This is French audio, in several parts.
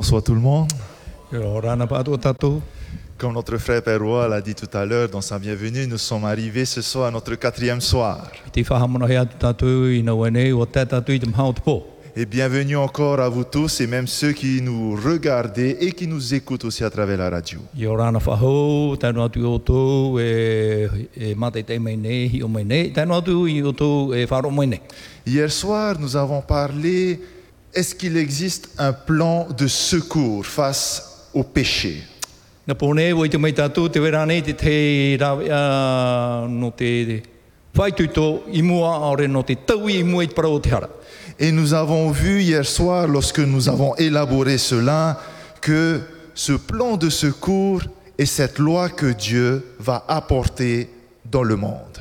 Bonsoir tout le monde. Rana pa ato tatou. Comme notre frère Pérois l'a dit tout à l'heure dans sa bienvenue, nous sommes arrivés ce soir à notre 4e soir. Te whahamana hea tatou I na wene o te tatou I te mhao te pō. Et bienvenue encore à vous tous et même ceux qui nous regardent et qui nous écoutent aussi à travers la radio. I o rana whahou, tēnu atu I o tō e mate te mei nei, hi o mei nei. Tēnu atu I o tō e wharo mei nei. Hier soir, nous avons parlé, est-ce qu'il existe un plan de secours face au péché? Na pōne, o I te mei tatou, te wera nei te rawe no te whaituto I mua aore no te taui I mua I te parau o te hara. Et nous avons vu hier soir, lorsque nous avons élaboré cela, que ce plan de secours est cette loi que Dieu va apporter dans le monde.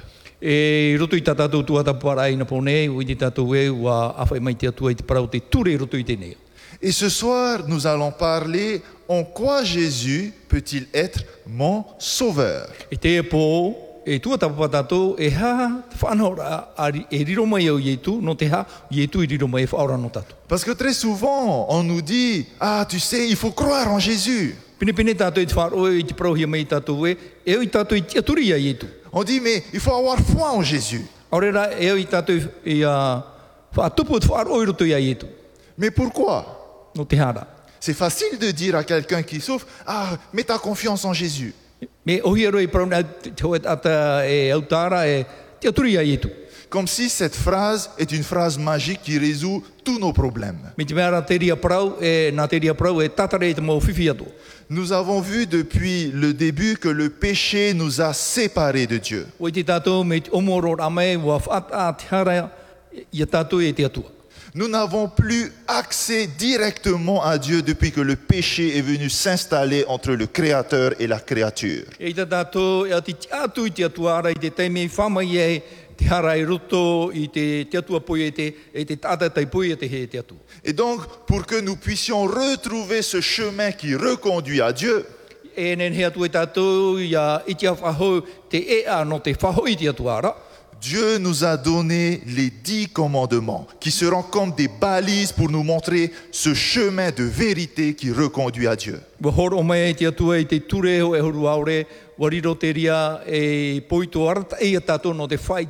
E roto I tātou tua tapuarai na pōne, o I te tātou e ua awhai mai te atua I te parau te ture roto I te nea. Et ce soir, nous allons parler en quoi Jésus peut-il être mon sauveur. E te e pō, e tua tapapa tātou, e ha whanora e riro mai au ietu, no te ha ietu I riro mai e whaora no tātou. Parce que très souvent, on nous dit, ah, tu sais, il faut croire en Jésus. Pine tātou I te wharoe I te parauhia mai tātou e oi tātou I te aturia ietu. On dit, mais il faut avoir foi en Jésus. Aurera, e oi tātou I whaatupu te wharoe roto I ietu, Mais pourquoi? no te hara. C'est facile de dire à quelqu'un qui souffre, ah, mets ta confiance en Jésus. Me ohia roi parau na te hoe ata e autara e te aturia ietu. Comme si cette phrase est une phrase magique qui résout tous nos problèmes. Me te mea te ria parau e nā te ria parau e tatare te mau whiwhi atu. Nous avons vu depuis le début que le péché nous a séparés de Dieu. O I te tātou me te omoro rame wa whaata te hara I a tātou e te atua. Nous n'avons plus accès directement à Dieu depuis que le péché est venu s'installer entre le Créateur et la créature. E te tātou e ati te atu I te atua ara I te teime whamai e te hara I roto I te atua poi e te tātai tai poi e te he te atua. Et donc, pour que nous puissions retrouver ce chemin qui reconduit à Dieu, E nen he atua e tātou ia iti a whahau te ea no te whahau I te atua ara. Dieu nous a donné les 10 commandements qui seront comme des balises pour nous montrer ce chemin de vérité qui reconduit à Dieu. Wa horo mai e te atua I te ture ho e horu aore, wariro te ria e poito arata e a tātou no te whai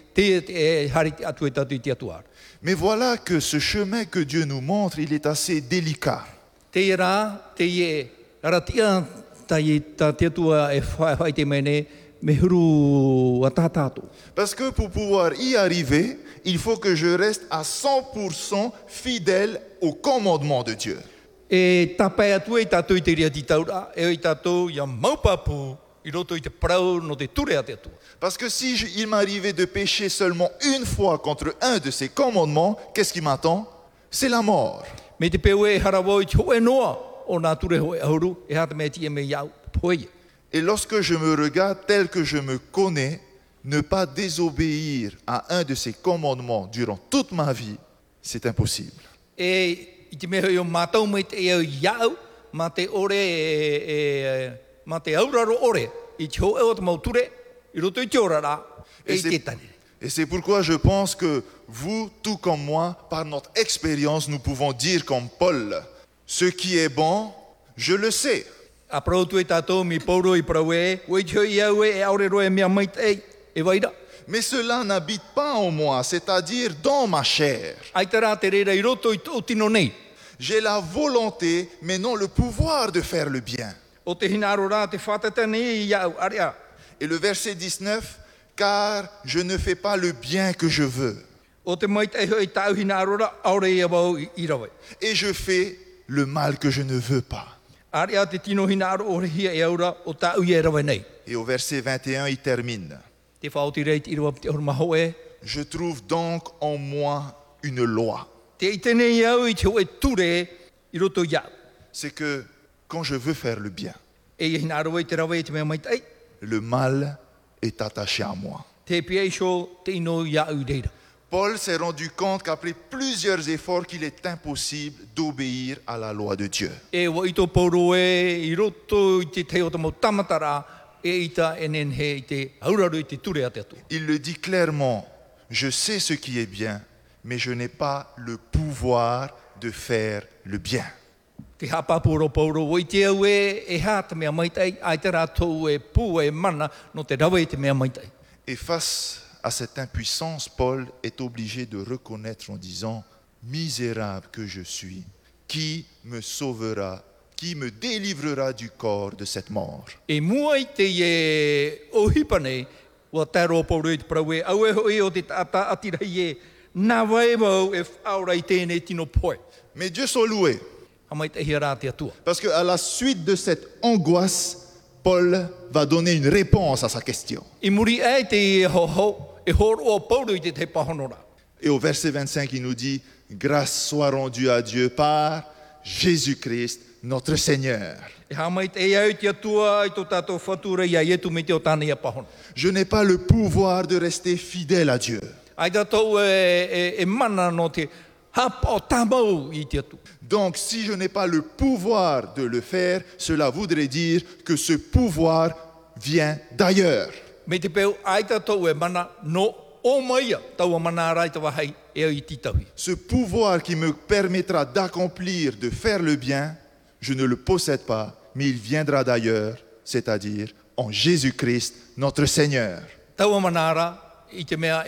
te hari atu e tātou I te atua ara. Mais voilà que ce chemin que Dieu nous montre, il est assez délicat. Te rā, te e, aratia te atua e whai te mene, me huru a tātātou. Parce que pour pouvoir y arriver, il faut que je reste à 100% fidèle au commandement de Dieu. E tapai atua I tātou I te ria ti taura, e I tātou ia maupapu I roto I te parau no te ture a te atua. Parce que si il m'arrivait de pécher seulement une fois contre un de ces commandements, qu'est-ce qui m'attend? C'est la mort. Me te peo e harawau I te hoe noa o nā ture hoe ahuru, e hata me ti e me iau poe. Et lorsque je me regarde tel que je me connais, ne pas désobéir à un de ces commandements durant toute ma vie, c'est impossible. E I te mea o mātau me te eo iau, ma te ore ma te auraro ore, I te hoe o te mau ture, I roto I te orara, e I te tane. Et c'est pourquoi je pense que vous, tout comme moi, par notre expérience, nous pouvons dire comme Paul, ce qui est bon, je le sais. A parau tu e tātou mi pauro I parau e, wei te hoi au e aure roe mea mai te e waira. Mais cela n'habite pas en moi, c'est-à-dire dans ma chair. Ai te rā te reira I roto I tō tino nei. J'ai la volonté, mais non le pouvoir de faire le bien. O te hinaro rā te whatatane I iau, aria. Et le verset 19, car je ne fais pas le bien que je veux, O te mai te hoi tau hinaro rā, aure I awau I rawe. et je fais le mal que je ne veux pas. Aria te tino hinaro ore hia e aura o tau I e rawe nei. Et au verset 21, il termine. Te whaoti reit I rawa te orma ho e. Je trouve donc en moi une loi. Te I tene iau I te hoe ture I roto iau. C'est que quand je veux faire le bien, E I hinaro e te rawe te mea mai te. le mal est attaché à moi. Te pia iso te ino iau reira. Paul s'est rendu compte qu'après plusieurs efforts, qu'il est impossible d'obéir à la loi de Dieu. E wa ito pauro e I roto I te te o te mau tamatara e ita enen he I te auraru I te ture a te atu. Il le dit clairement, je sais ce qui est bien, mais je n'ai pas le pouvoir de faire le bien. Te hapapuro pauro o i te au e hā te mea maitai, ai te rātou e pū e mana no te rawa i te mea maitai. Et face à cette impuissance, Paul est obligé de reconnaître en disant « Misérable que je suis, qui me sauvera, qui me délivrera du corps de cette mort ?» E mua i te e ohipane, ua taro pauro i te parau e au e hoi o te tata atirai e nā vai mau e whaura i tēnei tino poe. Mais Dieu soit loué, A mai te hia rā te atua. parce qu'à la suite de cette angoisse, Paul va donner une réponse à sa question. I muri e te e ho, e horo o pauro i te pahonora. Et au verset 25, il nous dit « Grâce soit rendue à Dieu par Jésus-Christ, notre Seigneur. E ha mai te e au te atua i tō tātou whatura i a ietu me te o tāna i a pahona. Je n'ai pas le pouvoir de rester fidèle à Dieu. Ai tātou e mana no te hapa o tāmau i te atu. Donc, si je n'ai pas le pouvoir de le faire, cela voudrait dire que ce pouvoir vient d'ailleurs. Me te pēu, ai tātou e mana no o maia, taua mana rai tawa hei e au i titaui. Ce pouvoir qui me permettra d'accomplir, de faire le bien, je ne le possède pas, mais il viendra d'ailleurs, c'est-à-dire en Jésus-Christ, notre Seigneur. Taua mana ara, i te mea,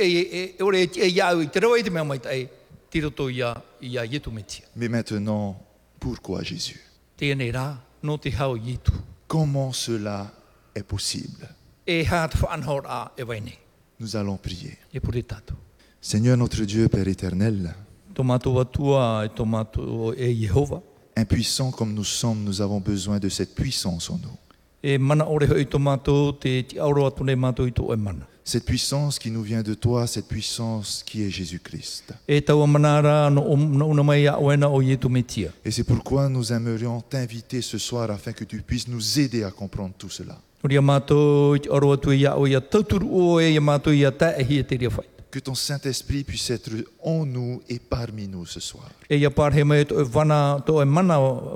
e ore e iau, i te rawa i te mea maitai, tiroto i a ietu me tia. Mais maintenant, pourquoi Jésus? Tēnei rā, no te hau i ietu. Comment cela est possible? E hā te whaanhor a e wainei. Nous allons prier. E pure tātou. Seigneur notre Dieu, Père éternel, Tō mātou atua, e tō mātou e Jehova. impuissants comme nous sommes, nous avons besoin de cette puissance en nous. E mana ore hoi tō mātou, te auro atu nei mātou i tō e mana. Cette puissance qui nous vient de toi, cette puissance qui est Jésus-Christ. E taua manara no una mai a oena o ietu me tia. Et c'est pourquoi nous aimerions t'inviter ce soir afin que tu puisses nous aider à comprendre tout cela. Ria mātou i te aro atu ia o ia tauturu o e ia mātou ia ta e hia te ria whai. Que ton Saint-Esprit puisse être en nous et parmi nous ce soir. E ia pārhe mai tō e wana, tō e mana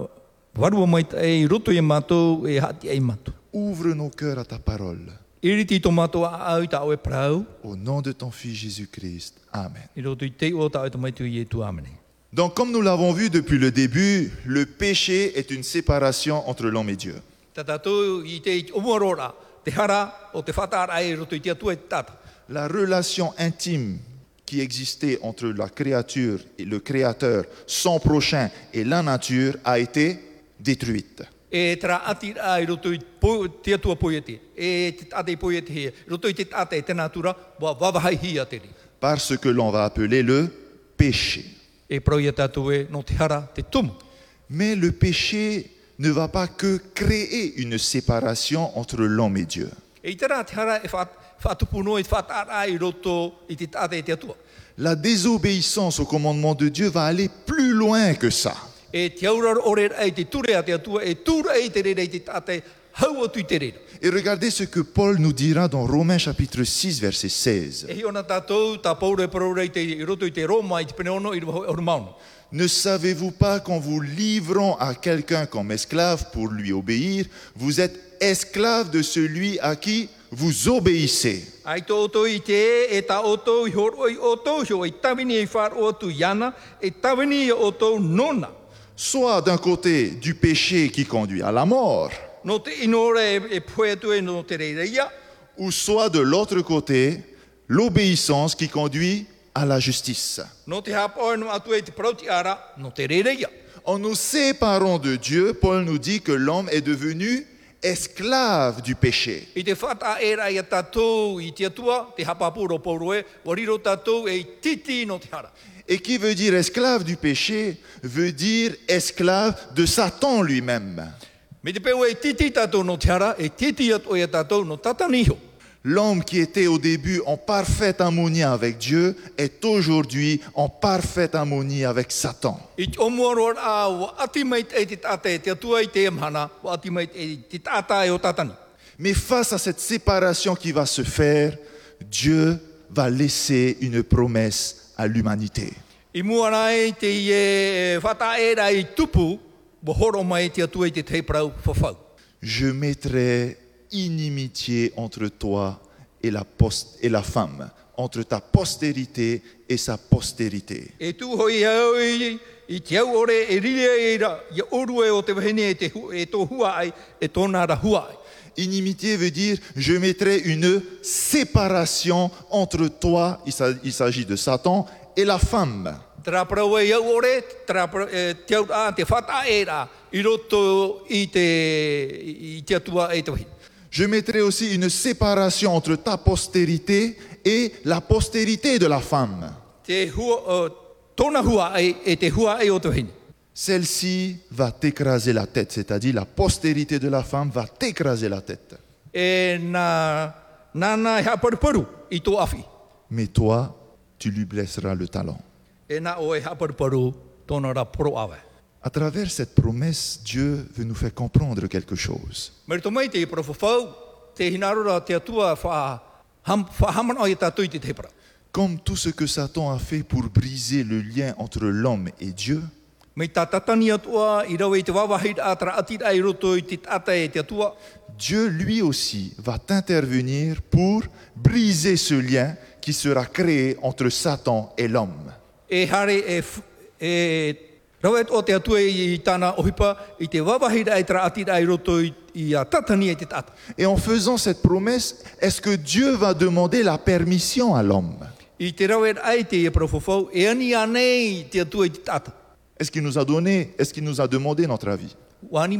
warua mai e i roto i mātou e hati e mātou. Ouvre nos cœurs à ta parole. Iriti tō mātou a au ta o e prau. Au nom de ton Fils Jésus-Christ. Amen. I roto i te o ta o ta mai tu i e tu amene. Donc comme nous l'avons vu depuis le début, le péché est une séparation entre l'homme et Dieu. Tātou i te omuarora, te hara o te whatara e roto i te atua e tata. La relation intime qui existait entre la créature et le Créateur, son prochain et la nature a été détruite. E tera ati a i roto i te atua poiete. E te tate i poiete he. Roto i te tate e te natura, wa wawahai hi a te ri. Par ce que l'on va appeler le péché. E prau ia tātou e no te hara te tumu. Mais le péché ne va pas que créer une séparation entre l'homme et Dieu. E i tera te hara e whatupuno i te whatara i roto i te tate e te atua. La désobéissance au commandement de Dieu va aller plus loin que ça. E te auraro ore e te ture a te atua, e tura e te rere i te tate, hau atu i te rere. Et regardez ce que Paul nous dira dans Romains chapitre 6, verset 16. E hiona tātou, tā paure e parore i te roto i te Roma, i te peneono, i te maunu. Ne savez-vous pas qu'en vous livrant à quelqu'un comme esclave pour lui obéir, vous êtes esclave de celui à qui vous obéissez? Ai tō oto i te e tā oto i horo i oto, hio i tawini i whāro atu iana, e tawini i oto nona. Soit d'un côté du péché qui conduit à la mort, No te inore e poe atu e no te reireia, ou soit de l'autre côté, l'obéissance qui conduit à la justice. no te hapoe no atu e te prauti ara, no te reireia. En nous séparant de Dieu, Paul nous dit que l'homme est devenu esclave du péché. I te whata era i a tātou i te atua, te hapapuro pauroe, wariro tātou e i titi no te hara. Et qui veut dire esclave du péché, veut dire esclave de Satan lui-même. Me te peu e titi tātou no te hara, e titi atu e a tātou no tataniho. L'homme qui était au début en parfaite harmonie avec Dieu est aujourd'hui en parfaite harmonie avec Satan. I te omuaror a wa ati meit e te tate te atua i te emhana, wa ati meit e te tata e o tatani. Mais face à cette séparation qui va se faire, Dieu va laisser une promesse à l'humanité. I muara e te e whata era i tupu, wa horo mai te atua i te teiprau whawhau. Je mettrai inimitié entre toi et la femme, entre ta postérité et sa postérité. E tu hoi au I te au ore e rile e ra, i oru e o te wahine e tō hua ai, e tōna ra hua ai. Inimitié veut dire je mettrai une séparation entre toi, il s'agit de Satan, et la femme. Traparau e au ore, te au a te whata e ra, I roto i te atua e te wahine. Je mettrai aussi une séparation entre ta postérité et la postérité de la femme. Te hua, tōna hua ai e te hua ai o te wahine. Celle-ci va t'écraser la tête, c'est-à-dire la postérité de la femme va t'écraser la tête. E nā hea paruparu I tō awhi. Mais toi, tu lui blesseras le talon. E nā o e hea paruparu tōna ra poro awe. À travers cette promesse, Dieu veut nous faire comprendre quelque chose. Merito mai te profofau, te hinarura te atua whahaman o I tātui te tepara. Comme tout ce que Satan a fait pour briser le lien entre l'homme et Dieu, Mei tā tatani atua, I rau e te wawahid atra atira I roto I te tata e te atua. Dieu lui aussi va t'intervenir pour briser ce lien qui sera créé entre Satan et l'homme. E hare e rau e o te atua I tāna ohipa, I te wawahid atra atira I roto I a tatani e te tata. Et en faisant cette promesse, est-ce que Dieu va demander la permission à l'homme? I te rau e ai te e profofau, e ani anei te atua I te tata. Est-ce qu'il nous a demandé notre avis? Wani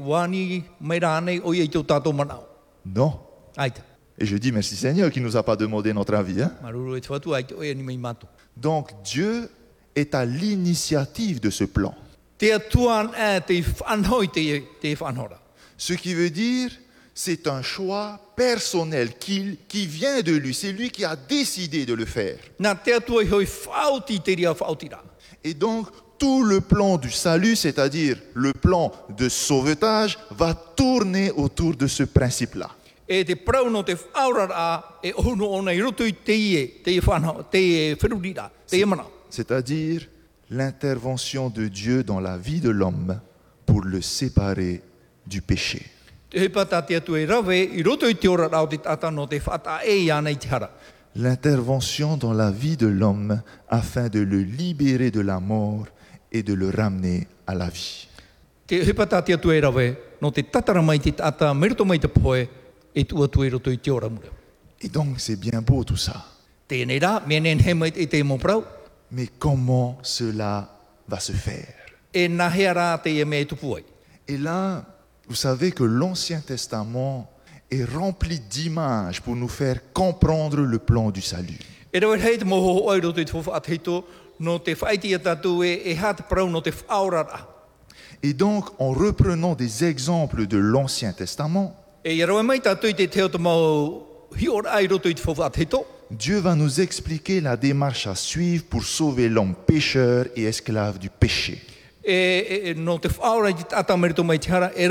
mai rānei o I tō tātou manao. Non. Aita. Et je dis merci Seigneur qui ne nous a pas demandé notre avis. Hein? Maruru e te whatu ai te oe ani mai mato. Donc Dieu est à l'initiative de ce plan. Te atuan e te whanhoi te whanhora. Ce qui veut dire, c'est un choix personnel qui vient de lui. C'est lui qui a décidé de le faire. Nā te atua I hoi whauti te ria whautira. Et donc, tout le plan du salut, c'est-à-dire le plan de sauvetage, va tourner autour de ce principe-là. E te prau no te whaurara e ono ona I roto I te whanhau, te wherurira, te manao. C'est-à-dire l'intervention de Dieu dans la vie de l'homme pour le séparer du péché. Te hepata te atua I rawe, I roto I te ora rao te tata no te whata e ana I te hara. L'intervention dans la vie de l'homme afin de le libérer de la mort et de le ramener à la vie. Te hepata te atua I rawe, no te tatara mai te tata, merito mai te poe, e tu atua I roto I te ora mura. Et donc c'est bien beau tout ça. Tēnei rā, menen he mai te mō prau, Mais comment cela va se faire? e nā hea rā te e me tupu ai. Et là, vous savez que l'Ancien Testament est rempli d'images pour nous faire comprendre le plan du salut. E rawe hei te moho oi roto I te whawhaateito, no te whaiti a tātou e hā te prau no te whaurara. Et donc, en reprenant des exemples de l'Ancien Testament, E rawe mai tātou I te teo te mau hiora ai roto I te whawhaateito, Dieu va nous expliquer la démarche à suivre pour sauver l'homme pécheur et esclave du péché. no te whaura I te tata merito mai te hara, e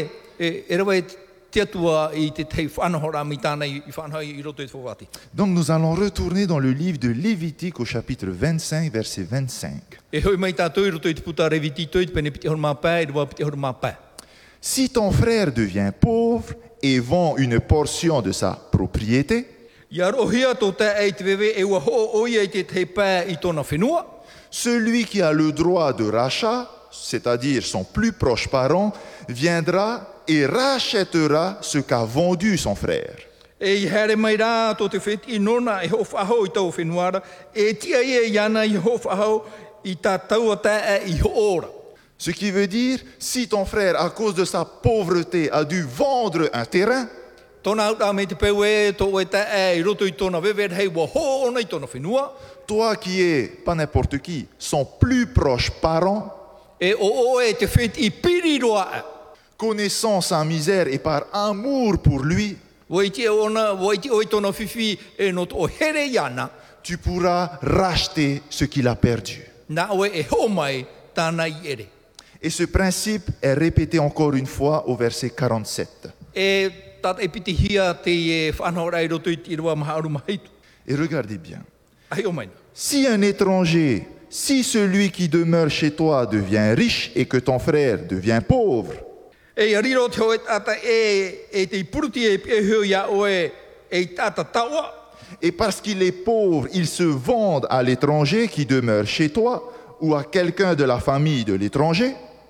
rawe te atua I te tei whanahora mi tāna I whanahoi I roto I te whawhati. Donc nous allons retourner dans le livre de Lévitique au chapitre 25, verset 25. E hoi mai tātou I roto I te puta reviti toi, te pene piti hor māpā, e rua piti hor māpā. Si ton frère devient pauvre et vend une portion de sa propriété, Ia rohia tō te ei te wewe e ua ho oia I te tei pā I tōna whenua, celui qui a le droit de rachat, c'est-à-dire son plus proche parent, viendra et rachètera ce qu'a vendu son frère. e I here mai rā tō te wheti I nona e ho whahau I tau whenuara, e tia I ana I ho whahau I tā taua tā I ho ora. Ce qui veut dire, si ton frère, à cause de sa pauvreté, a dû vendre un terrain, Tōna au me te peu e tō e tā I roto I tōna wewe hei ua ho ona I tōna whenua, toi qui es, pas n'importe qui, son plus proche parent, e o e te wheti I piriroa e. connaissant sa misère et par amour pour lui, Waiti o I tōna whiwhi e no tō here I ana, tu pourras racheter ce qu'il a perdu. nā oe e ho mai tāna I ere. Et ce principe est répété encore une fois au verset 47. E tata e piti hia te e whanahora I roto I te irua maha aru mahaitu. Et regardez bien. Ai o maina. Si un étranger, si celui qui demeure chez toi devient riche et que ton frère devient pauvre, E ia riro te hoe tata e te puruti e heo ia oe e tata taua. et parce qu'il est pauvre, il se vende à l'étranger qui demeure chez toi, ou à quelqu'un de la famille de l'étranger,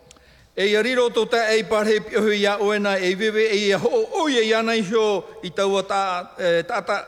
E ia riro tō ta e pare piohu ia oena e wewe e ia ho o ia nei ho I taua tata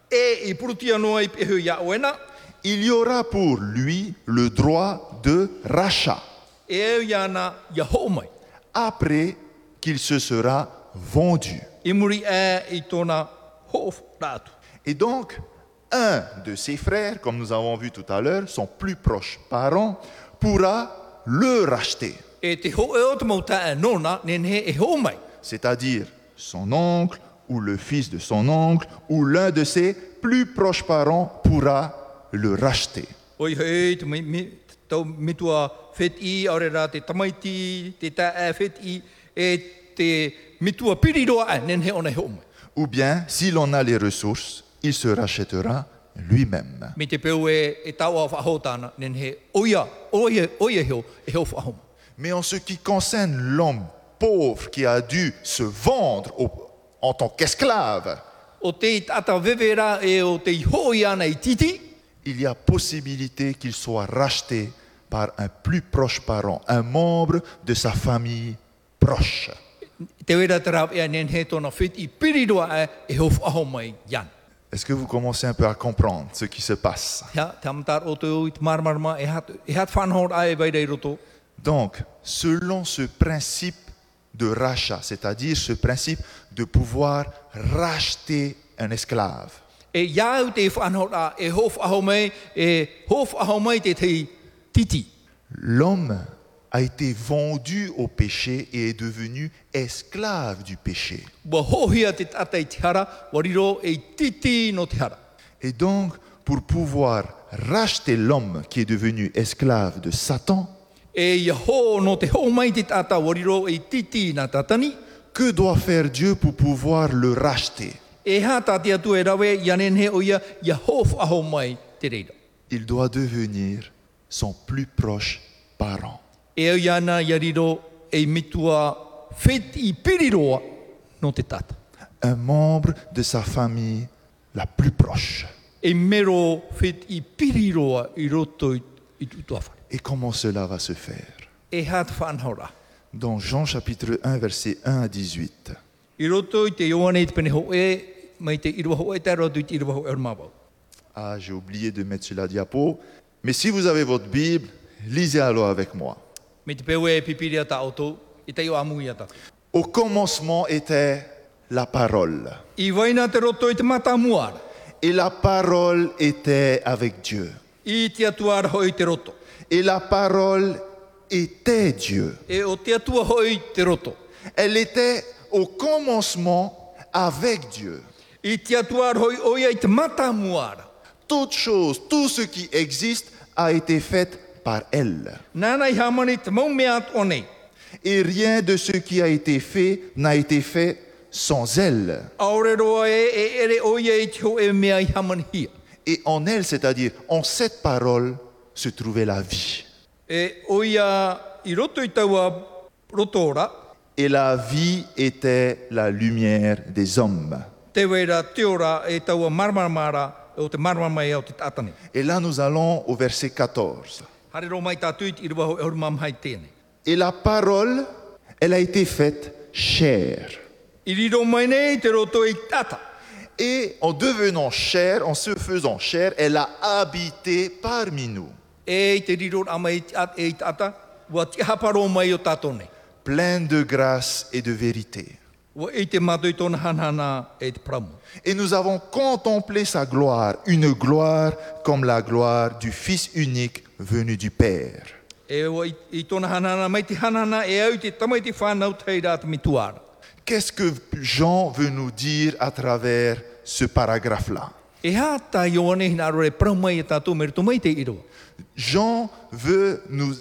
e I purutia noa I piohu ia oena. il y aura pour lui le droit de rachat E eo ia na ia ho mai. après qu'il se sera vendu. I muri I tōna ho rātu. Et donc, un de ses frères, comme nous avons vu tout à l'heure, son plus proche parent, pourra le racheter, E te ho e o te mauta e nona, nenhe e ho mai. c'est-à-dire son oncle ou le fils de son oncle ou l'un de ses plus proches parents pourra le racheter. Oi hei, tau mitua whet I, aure rā te tamaiti, te tā e whet I, e te mitua piriroa e, nenhe ona e ho mai. Ou bien, si l'on a les ressources, il se rachètera lui-même. Me te peu e tau a whahotana, nenhe oia heo, e heo whahoma. Mais en ce qui concerne l'homme pauvre qui a dû se vendre en tant qu'esclave, O te tata vevera e o te hoi ana I titi, il y a possibilité qu'il soit racheté par un plus proche parent, un membre de sa famille proche. te wera te rau ea nenhe tōna whet I piriroa e heo whahoma I yan. Est-ce que vous commencez un peu à comprendre ce qui se passe? Ia, te amatar o te o I te marmarma, e hat whanhor ai vairei roto. Donc, selon ce principe de rachat, c'est-à-dire ce principe de pouvoir racheter un esclave, E iau te whanhor a e ho whahomai, e ho whahomai te titi. l'homme a été vendu au péché et est devenu esclave du péché. Wa hohia te tata I te hara, wariro e titi no te hara. Et donc, pour pouvoir racheter l'homme qui est devenu esclave de Satan, E ia ho no te ho mai te tata, wariro e titi na tatani. que doit faire Dieu pour pouvoir le racheter? E ha tati atu e rawe, ia nenhe o ia ho whahomai te reira. Il doit devenir son plus proche parent. E au iana ia riro e mitua whet I piriroa no te tata. Un membre de sa famille la plus proche. E mero whet I piriroa I roto I tutuawhare. Et comment cela va se faire? E hat whanhora. Dans Jean chapitre 1, versets 1 à 18. I roto I te Ioane I te pene ho e, mai te irua ho e te roto I te irua ho e ormawau. Ah, j'ai oublié de mettre sur la diapo. Mais si vous avez votre Bible, lisez alors avec moi. Me te peu e pipiria ta oto, I te o amu ia ta. Au commencement était la parole. I waina te roto I te mata muara. Et la parole était avec Dieu. I te atuara hoi te roto. Et la parole était Dieu. E o te atua hoi te roto. Elle était au commencement avec Dieu. I te atuara hoi oia I te mata muara. Toute chose, tout ce qui existe a été fait par elle. Nana I hamani te mau mea tonei. Et rien de ce qui a été fait n'a été fait sans elle. Aore roa e ere oia I te ho e mea I hamani hia. Et en elle, c'est-à-dire en cette parole, se trouvait la vie. E oia I roto I taua rotora, Et la vie était la lumière des hommes. te weira te ora e taua marmarmara, o te marmarmai au te tatani. Et là, nous allons au verset 14. Hare ro mai tātui I rua ho e hormam hai tēne. Et la parole, elle a été faite chair. I riro mai nei te roto I tata. Et en devenant chair, en se faisant chair, elle a habité parmi nous, E te riro ama I tata, wa te haparo mai o tatone. pleine de grâce et de vérité. Wa I te matui tōna hanhana e te pramu. Et nous avons contemplé sa gloire, une gloire comme la gloire du Fils unique venu du Père. E wa I tōna hanhana mai te hanhana e au te tamai te whanau teira te mituara. Qu'est-ce que Jean veut nous dire à travers ce paragraphe-là? E ha tā Ioane hina arore praumai e tātou meritu mai te iroa. Jean veut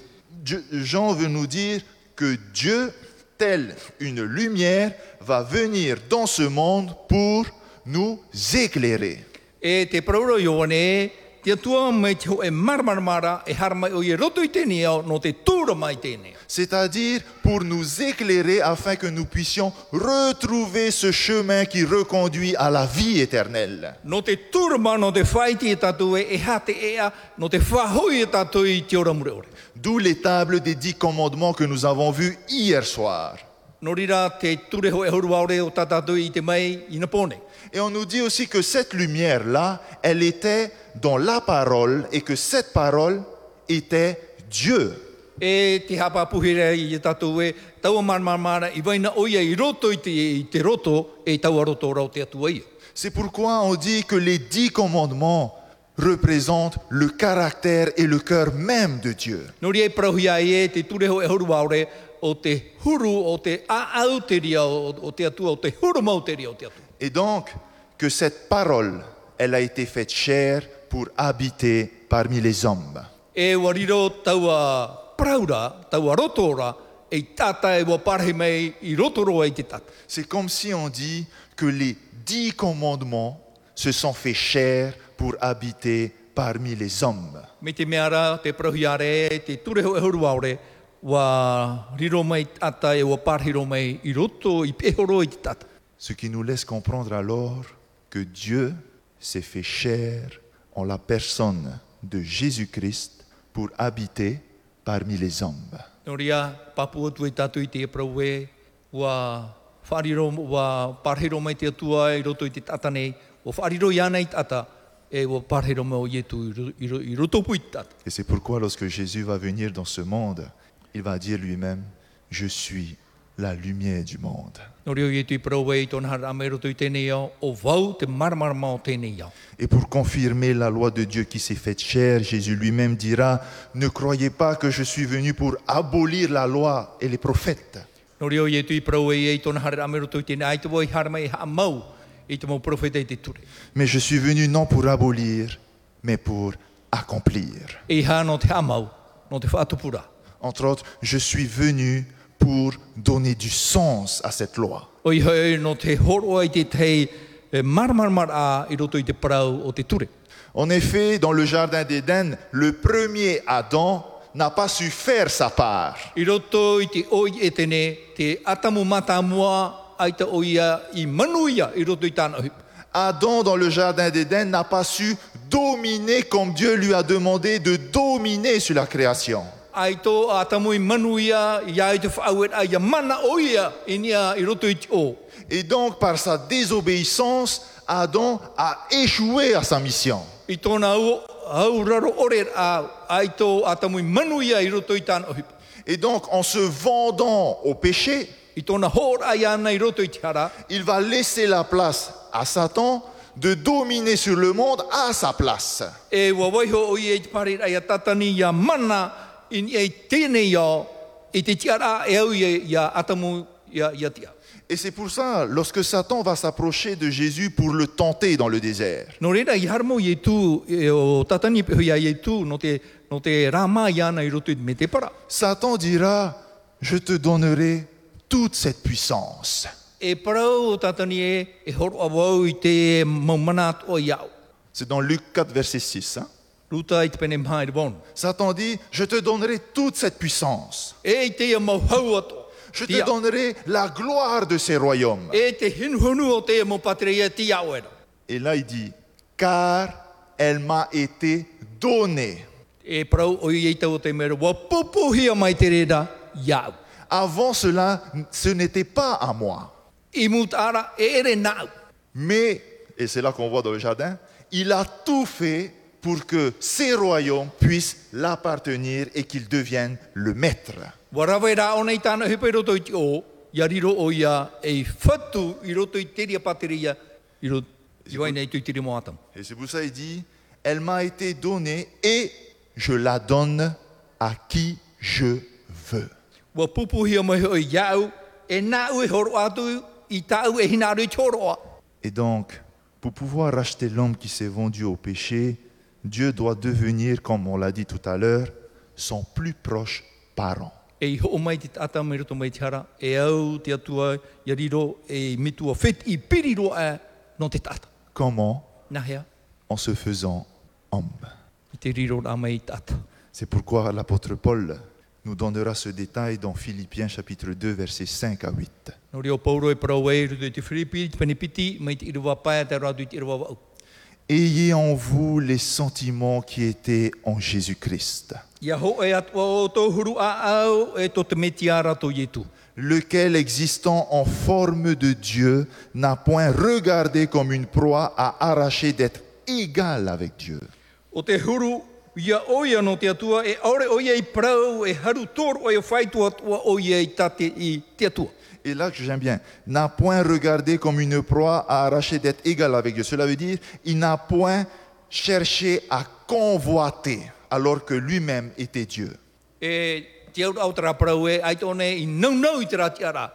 nous dire que Dieu, tel une lumière, va venir dans ce monde pour nous éclairer. E te prauro Ioane, te tua mai te ho e marmara e har mai o i roto I tēnei au no te tūra mai tēnei. C'est-à-dire pour nous éclairer afin que nous puissions retrouver ce chemin qui reconduit à la vie éternelle. No te tūra mai no te whaiti e tātou e hate ea, no te whahoi e tātou I te ora mure ore. D'où les tables des 10 commandements que nous avons vues hier soir. No rira te ture ho e horua ore o tātou I te mai I na pone. Et on nous dit aussi que cette lumière-là, elle était dans la parole et que cette parole était Dieu. E te hapa puhere I tātou e taua marmara I waina oia I roto I te roto e taua roto rau te atua ia. C'est pourquoi on dit que les 10 commandements représentent le caractère et le cœur même de Dieu. No ria prauhia e te ture ho e horua ore o te huru o te aau te ria o te atua o te huru mau te ria o te atua. Et donc, que cette parole, elle a été faite chair pour habiter parmi les hommes. E wariro taua praura, taua rotora, e tata e wa parhe mei I rotoro e te tata. C'est comme si on dit que les 10 commandements se sont faits chair pour habiter parmi les hommes. Me te meara, te prahiare, te ture ho e huru aure, wa riro mei tata e wa parhiro mei I roto, I pehoro e te tata. Ce qui nous laisse comprendre alors que Dieu s'est fait chair en la personne de Jésus-Christ pour habiter parmi les hommes. No ria, papua tu e tatu I te prau e, wa whariro, wa parhiro mei te atua I roto I te tata nei, wa whariro I ana I tata, e wa parhiro mei o ietu I roto pui tata. Et c'est pourquoi lorsque Jésus va venir dans ce monde, il va dire lui-même, je suis la lumière du monde. No rio ietu I prau e I tona hara ame roto I tēnei au, o vau te marmarama o tēnei au. Et pour confirmer la loi de Dieu qui s'est faite chair, Jésus lui-même dira, ne croyez pas que je suis venu pour abolir la loi et les prophètes. No rio ietu I prau e I tona hara ame roto I tēnei, ai te wai harma I haa mau, I te mau profeta I te ture. Mais je suis venu non pour abolir, mais pour accomplir. E haa no te haa mau, no te whaatupura. Entre autres, je suis venu pour donner du sens à cette loi. Oi hoi no te horo I te tei marmarmar a I roto I te parau o te ture. En effet, dans le jardin d'Éden, le premier Adam n'a pas su faire sa part. I roto I te oi e tene, te atamu mata mua ai te oia I manuia I roto I tāna hup. Adam, dans le jardin d'Éden, n'a pas su dominer comme Dieu lui a demandé de dominer sur la création. Ai tō atamu I manuia, I ai te whaauet ai a mana oia I nia I roto I te o. Et donc, par sa désobéissance, Adam a échoué à sa mission. I tōna au raro ore a ai tō atamu I manuia I roto I tāna hup. Et donc, en se vendant au péché, I tōna hor ai ana I roto I te hara, il va laisser la place à Satan de dominer sur le monde à sa place. e wa waiho o I te pare ai a tatani ia mana in e tēnei au, I te tiara e au ia atamu ia tia. Et c'est pour ça, lorsque Satan va s'approcher de Jésus pour le tenter dans le désert, No reira I harmo I tu o tatani pe ia I tu no te rama ia na I roto I me te para. Satan dira, je te donnerai toute cette puissance. E parau o tatani e horo awau I te mamanat o iau. C'est dans Luc 4, verset 6. Hein? Ruta I te pene mhai bon. Satan dit, je te donnerai toute cette puissance. E te ia mau hau ato. Je te donnerai la gloire de ces royaumes. E te hinhunu o te mo patria ti iau era. Et là, il dit, car elle m'a été donnée. E parau o I tau te mera wa pupuhia mai te reda iau. Avant cela, ce n'était pas à moi. I mutara e ere nau. Mais, et c'est là qu'on voit dans le jardin, il a tout fait pour que ces royaumes puissent l'appartenir et qu'ils deviennent le maître. Warawai rā ona I tāna hepe roto I te o, ia riro o ia e whatu I roto I te ria pateria, I roto I waina I tui tiri mo atam. Et c'est pour ça qu'il dit, elle m'a été donnée et je la donne à qui je veux. Wa pupuhia mai o iau, e nau e horo atu, I tau e hinaru I choroa. Et donc, pour pouvoir racheter l'homme qui s'est vendu au péché, Dieu doit devenir, comme on l'a dit tout à l'heure, son plus proche parent. E I ho mai te tata mai roto mai te hara, e au te atua, ia riro, e mitua fet I piriro no te tata. Comment? Nahea, En se faisant homme. I te riro rā mai tata. C'est pourquoi l'apôtre Paul nous donnera ce détail dans Philippiens chapitre 2, versets 5 à 8. No reo Paulo e parau e ruto i te Filipi, te penipiti, mai te irawa paia te rātu i te irawa wau. Ayez en vous les sentiments qui étaient en Jésus-Christ, Ia ho e atua o tō huru a au e tō te meti a rato Yetu. lequel, existant en forme de Dieu, n'a point regardé comme une proie à arracher d'être égal avec Dieu. O te huru, ia oia no te atua, e aore oia i parau, e haru tōru oia whaitua atua oia i tate i te atua. Et là, j'aime bien, n'a point regardé comme une proie à arracher d'être égal avec Dieu. Cela veut dire, il n'a point cherché à convoiter alors que lui-même était Dieu. E te aura au tara parau e, ai tōne i nau i te rati ara,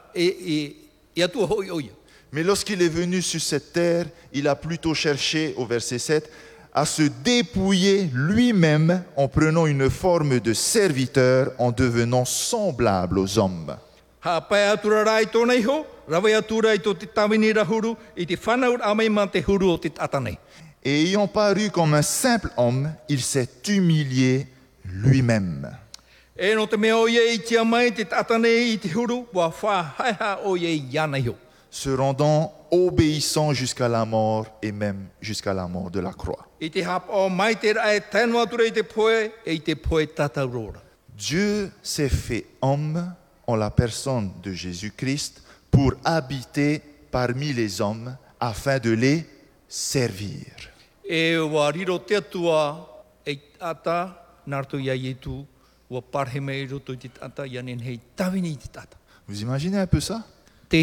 e atua hoi oia. Mais lorsqu'il est venu sur cette terre, il a plutôt cherché, au verset 7, à se dépouiller lui-même en prenant une forme de serviteur, en devenant semblable aux hommes. Ha pai atura rai tōna iho, rawe atura i tō te tawini rahuru, i te whanau amai ma te huru o te tatanei. Et ayant paru comme un simple homme, il s'est humilié lui-même, E no te mea oia i tia mai te tatanei i te huru, wa whahaiha oia i ana iho. se rendant obéissant jusqu'à la mort et même jusqu'à la mort de la croix. I te hapa o mai te rae tēnua atura i te poe, e i te poe tataurora. Dieu s'est fait homme en la personne de Jésus-Christ pour habiter parmi les hommes afin de les servir. E wa riro te atua, e tata, narto ia Yetu, wa parhe mei roto i te tata, ia nen hei tawini i te tata. Vous imaginez un peu ça? Te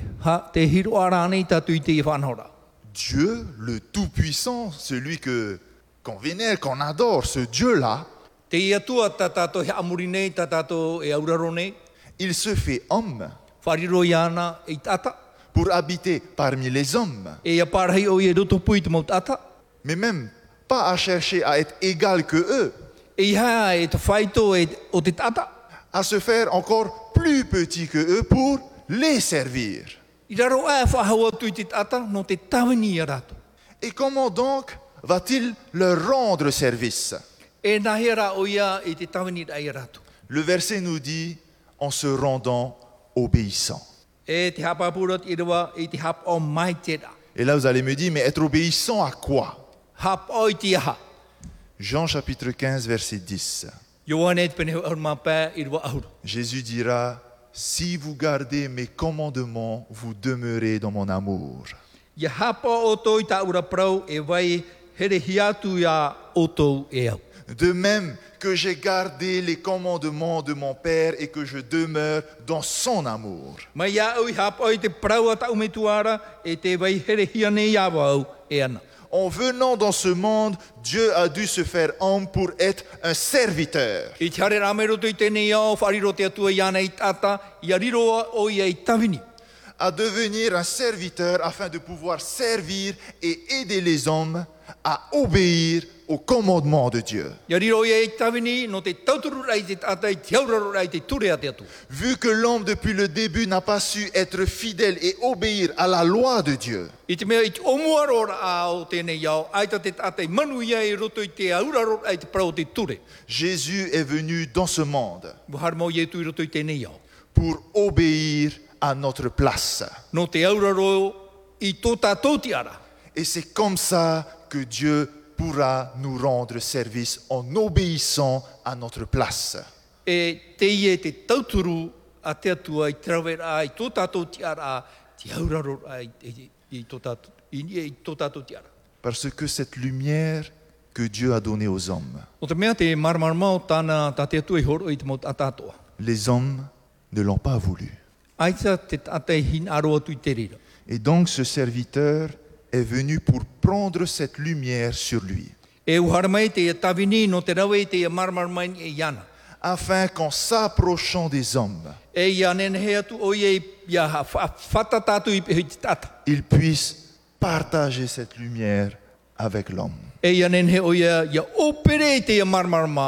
hiro arane i tatu i te whanhora. Dieu, le Tout-Puissant, celui qu'on vénère, qu'on adore, ce Dieu-là, Te iatua tatato he amuri nei, tatato e auraro nei, il se fait homme whariro i ana i tata, pour habiter parmi les hommes, e ia parhei o i e roto pui te mau tata, mais même pas à chercher à être égal que eux, e iha e te whaito e o te tata, à se faire encore plus petit que eux pour les servir. i raro e whahau atu i te tata, no te tawini i a rato. Et comment donc va-t-il leur rendre service? E nahera o ia i te tawini i a rato. Le verset nous dit en se rendant obéissant. E te hapa purat i rewa, i te hapa o mai te ra. Et là, vous allez me dire, mais être obéissant à quoi? Hapa o i te aha. Jean chapitre 15, verset 10. Ioane te pene au mapē i rewa ahuru. Jésus dira, si vous gardez mes commandements, vous demeurez dans mon amour. Ia hapa o tō i ta ura prau e vai here hiatu ia o tō e au. De même que j'ai gardé les commandements de mon Père et que je demeure dans son amour. Mai ia au i hapa o i te prau a ta umetuara e te vai here hiane ia wau e ana. En venant dans ce monde, Dieu a dû se faire homme pour être un serviteur. I te hare rame roto i tēnei au, whariro te atua i ana i tata, ia riro o ia i tawini. À devenir un serviteur afin de pouvoir servir et aider les hommes à obéir au commandement de Dieu. Ia riro ia i tawini, no te tauturu rai te tata, i te auraro rai te ture a te atu. Vu que l'homme depuis le début n'a pas su être fidèle et obéir à la loi de Dieu, I te mea i te omuarora a o tēnei au, aita te tata i manu ia i roto i te auraro rai te prau te ture. Jésus est venu dans ce monde Wahar mau Yetu i roto i tēnei au. pour obéir à notre place. No te auraro i tō tātou te ara. Et c'est comme ça que Dieu pourra nous rendre service en obéissant à notre place. E te ie te tauturu a te atua i trawera i tō tātou te ara, te auraro ai i tō tātou te ara. Parce que cette lumière que Dieu a donnée aux hommes, O te mea te marmarmao tāna tā te atua i horo i te mau tātoa. les hommes ne l'ont pas voulu. Aita te tātai hin aro atu i te rira. Et donc ce serviteur est venu pour prendre cette lumière sur lui, E uhara mai te tawini no te rawe te marmarmai e iana. afin qu'en s'approchant des hommes, E ia nene he atu o ia whata tātou i te tata. il puisse partager cette lumière avec l'homme. E ia nene he o ia opere te marmarma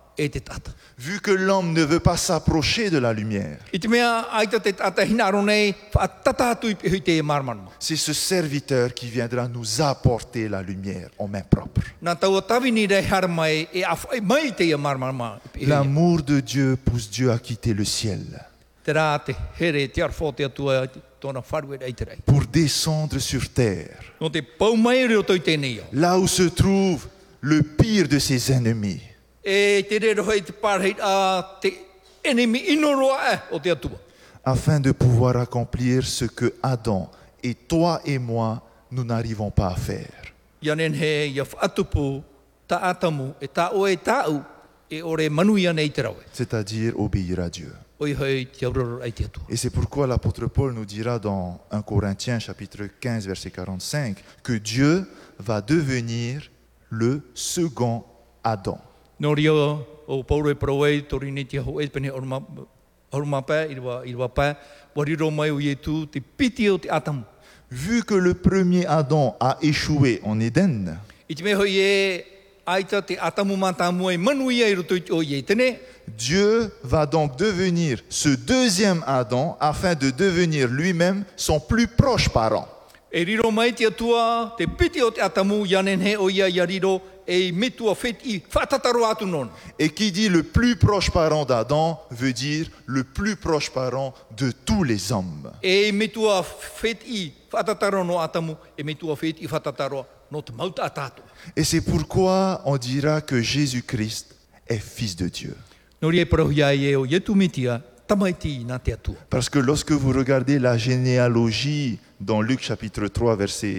e te tata. Vu que l'homme ne veut pas s'approcher de la lumière, I te mea aita te tata hinaro nei whaatata atu i hui te marmanma. c'est ce serviteur qui viendra nous apporter la lumière en main propre. Nā taua tawini rei hara mai e awhai mai te ia marmanma. L'amour de Dieu pousse Dieu à quitter le ciel Te rā te here te arwhote atua tōna wharue rei te rei. pour descendre sur terre, No te pau mai reo toi tēnei au. là où se trouve le pire de ses ennemis. E te rero hei te parheit a te enemi inoroa o te atua. Afin de pouvoir accomplir ce que Adam et toi et moi, nous n'arrivons pas à faire. Ia nen he ia whaatupu ta atamu e ta oe tau e ore manuia nei te rawe. C'est-à-dire obéir à Dieu. Oi hei te aurora ai te atua. Et c'est pourquoi l'apôtre Paul nous dira dans 1 Corinthiens chapitre 15 verset 45 que Dieu va devenir le second Adam. No rio o Paulo e parauei tori ni te ho e pene orma pā i rwa pā wariro mai o ietu te piti o te atamu. Vu que le premier Adam a échoué en Éden, I te me hoi e aita te atamu matamu e manuia i roto o ie tene. Dieu va donc devenir ce deuxième Adam afin de devenir lui-même son plus proche parent. E riro mai te atua te piti o te atamu ianen he o ia ia riro e metua fet i whatataro atu non. Et qui dit le plus proche parent d'Adam veut dire le plus proche parent de tous les hommes. E metua fet i whatataro no atamu e metua fet i whatataro no te mauta atato. Et c'est pourquoi on dira que Jésus-Christ est fils de Dieu. Nori e parohia e o ietu mitia tamaiti nā te atua. Parce que lorsque vous regardez la généalogie dans Luc chapitre 3,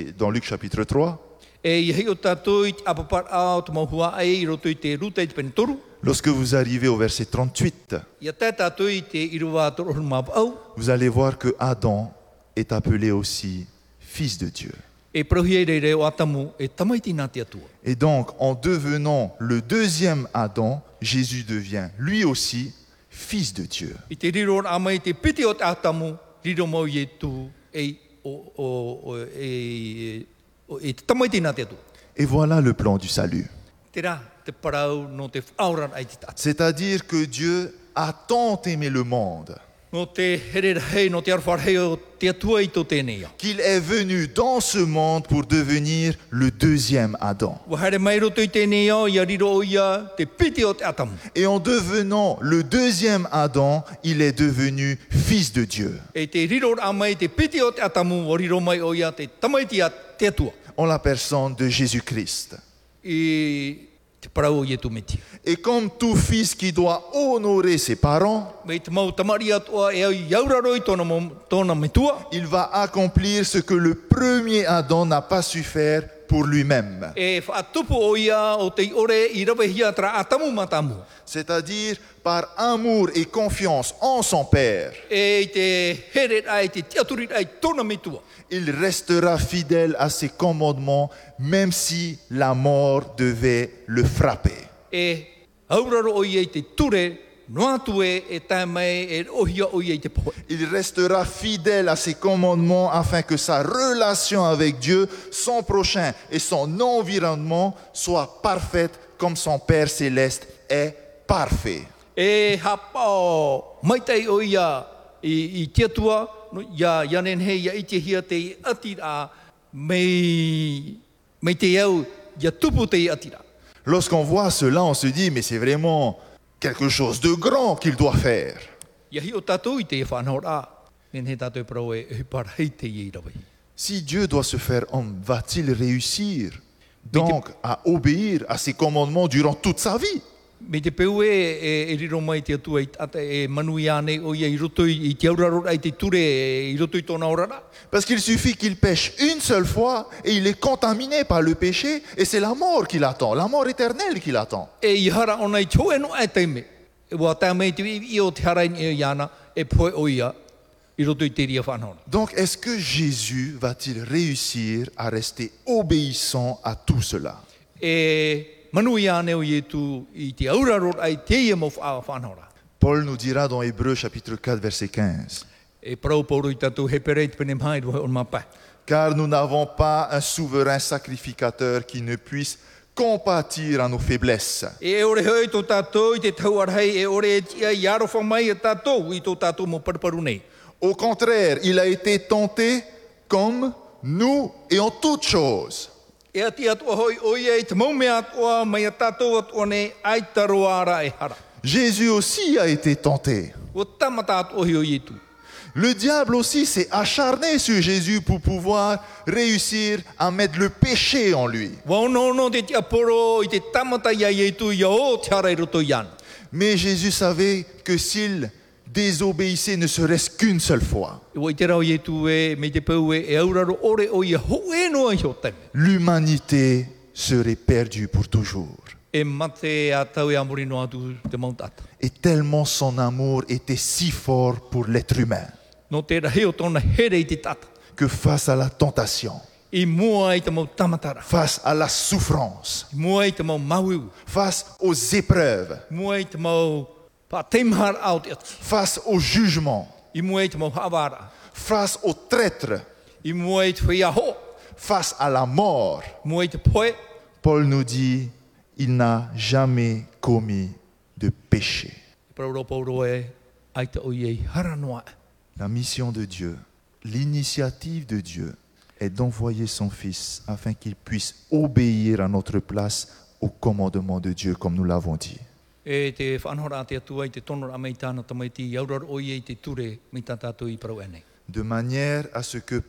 E i hei o tātou i te apapar ao te mauhua ai i roto i te ruta i te pene toru. lorsque vous arrivez au verset 38, Ia tā tātou i te irua toru mapu au. vous allez voir que Adam est appelé aussi fils de Dieu. E parohia i reire o atamu e tamaiti nā te atua. Et donc, en devenant le deuxième Adam, Jésus devient lui aussi fils de Dieu. I te riro a mai te piti o te atamu, riro mau i e tu e te tamaiti nā te atua. Et voilà le plan du salut. Te rā, te parau no te whauran ai te tata. C'est-à-dire que Dieu a tant aimé le monde No te here hei, no te arwhar hei o te atua i tō tēnei au. qu'il est venu dans ce monde pour devenir le deuxième Adam. Wa haere mai roto i tēnei au, ia riro o ia te piti o te atamu. Et en devenant le deuxième Adam, il est devenu fils de Dieu. E te riro a mai te piti o te atamu, o riro mai o ia te tamaiti a te atua. En la personne de Jésus-Christ. I te parau o ietu meti. Et comme tout fils qui doit honorer ses parents, Me te mau tamari atua e au iauraro i tōna metua. il va accomplir ce que le premier Adam n'a pas su faire pour lui-même. E whaatupu o ia o te ore i rawehia tra atamu matamu. C'est-à-dire par amour et confiance en son Père, E te here ai, te tiaturi ai tōna metua. il restera fidèle à ses commandements, même si la mort devait le frapper. E auraro o ia i te ture, noa tue e tae mai e ohia o ia i te pohe. Il restera fidèle à ses commandements afin que sa relation avec Dieu, son prochain et son environnement soit parfaite comme son Père céleste est parfait. E hapao maitai o ia i te atua, no, ia nen he ia i te hia te atira mei te au, ia tupu te atira. Lorsqu'on voit cela, on se dit, mais c'est vraiment quelque chose de grand qu'il doit faire. Ia hi o tātou i te e whanahora, nen he tātou e parau e hipara hei te i rawi. Si Dieu doit se faire homme, va-t-il réussir donc à obéir à ses commandements durant toute sa vie? Me te peu e riro mai te atua i ata e manui ane o ia i roto i te auraro ai te ture i roto i tōna orara. Parce qu'il suffit qu'il pêche une seule fois et il est contaminé par le péché et c'est la mort qui l'attend, la mort éternelle qui l'attend. E i hara ona i tō eno ai teime. E wā tā mei te i o te hara i iana e poe o ia i roto i te ria whanahora. Donc est-ce que Jésus va-t-il réussir à rester obéissant à tout cela? E manui ane o ietu i te auraro ai te ia mo whanahora. Paul nous dira dans Hébreux chapitre 4 verset 15. E parau pauro i tātou he pere te pene mai o mapai. Car nous n'avons pas un souverain sacrificateur qui ne puisse compatir à nos faiblesses. E ore hoi tō tātou i te tauarhei, e ore e tia i arofa mai e tātou i tō tātou mo paraparu nei. Au contraire, il a été tenté comme nous et en toutes choses. E ati atua hoi oi e te maume atua mai a tātou atua nei ai taroara e hara. Jésus aussi a été tenté. O tamata atua hoi oi e tu. Le diable aussi s'est acharné sur Jésus pour pouvoir réussir à mettre le péché en lui. Waunono te tia poro i te tamata ia e tu ia o te hara i roto ian. Mais Jésus savait que s'il désobéissait ne serait-ce qu'une seule fois, E wai te rau i e tu e me te pau e auraro ore o ia ho e noa i ho teme. l'humanité serait perdue pour toujours. E mate a tau e amori noa tu te mautata. Et tellement son amour était si fort pour l'être humain No te rahi o tōna here i te tata. que face à la tentation, I mua i te mau tamatara. face à la souffrance, I mua i te mau mauiu. face aux épreuves, Mua i te mau pa teimhar au te ati. face au jugement, I mua i te mau hawara. face au traître, I mua i te whia ho. face à la mort, Mua i te poe. Paul nous dit, il n'a jamais commis de péché. Prauro pauro e ai te o i hara noa. La mission de Dieu, l'initiative de Dieu est d'envoyer son Fils afin qu'il puisse obéir à notre place au commandement de Dieu, comme nous l'avons dit. E te whanhora te atua i te tonora mei tāna tamaiti i aurar o i te ture mei tā tātou i parau ene. De manière à ce que